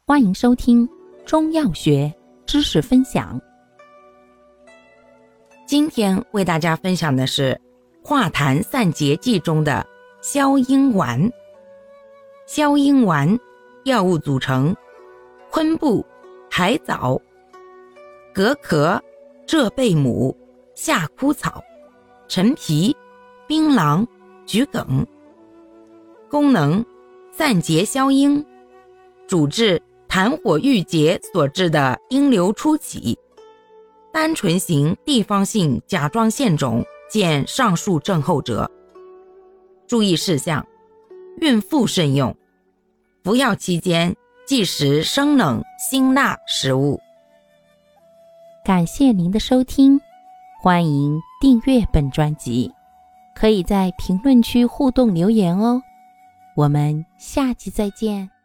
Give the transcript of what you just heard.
欢迎收听中药学知识分享。 今天为大家分享的是化痰散结剂中的消阴丸。消阴丸药物组成：昆布、海藻、葛壳、浙贝母、夏枯草、陈皮、槟榔、桔梗。功能：散结消阴，主治痰火郁结所致的阴流初起，单纯型地方性甲状腺肿见上述症候者。注意事项：孕妇慎用，服药期间忌食生冷辛辣食物。 感谢您的收听，欢迎订阅本专辑，可以在评论区互动留言哦。我们下期再见。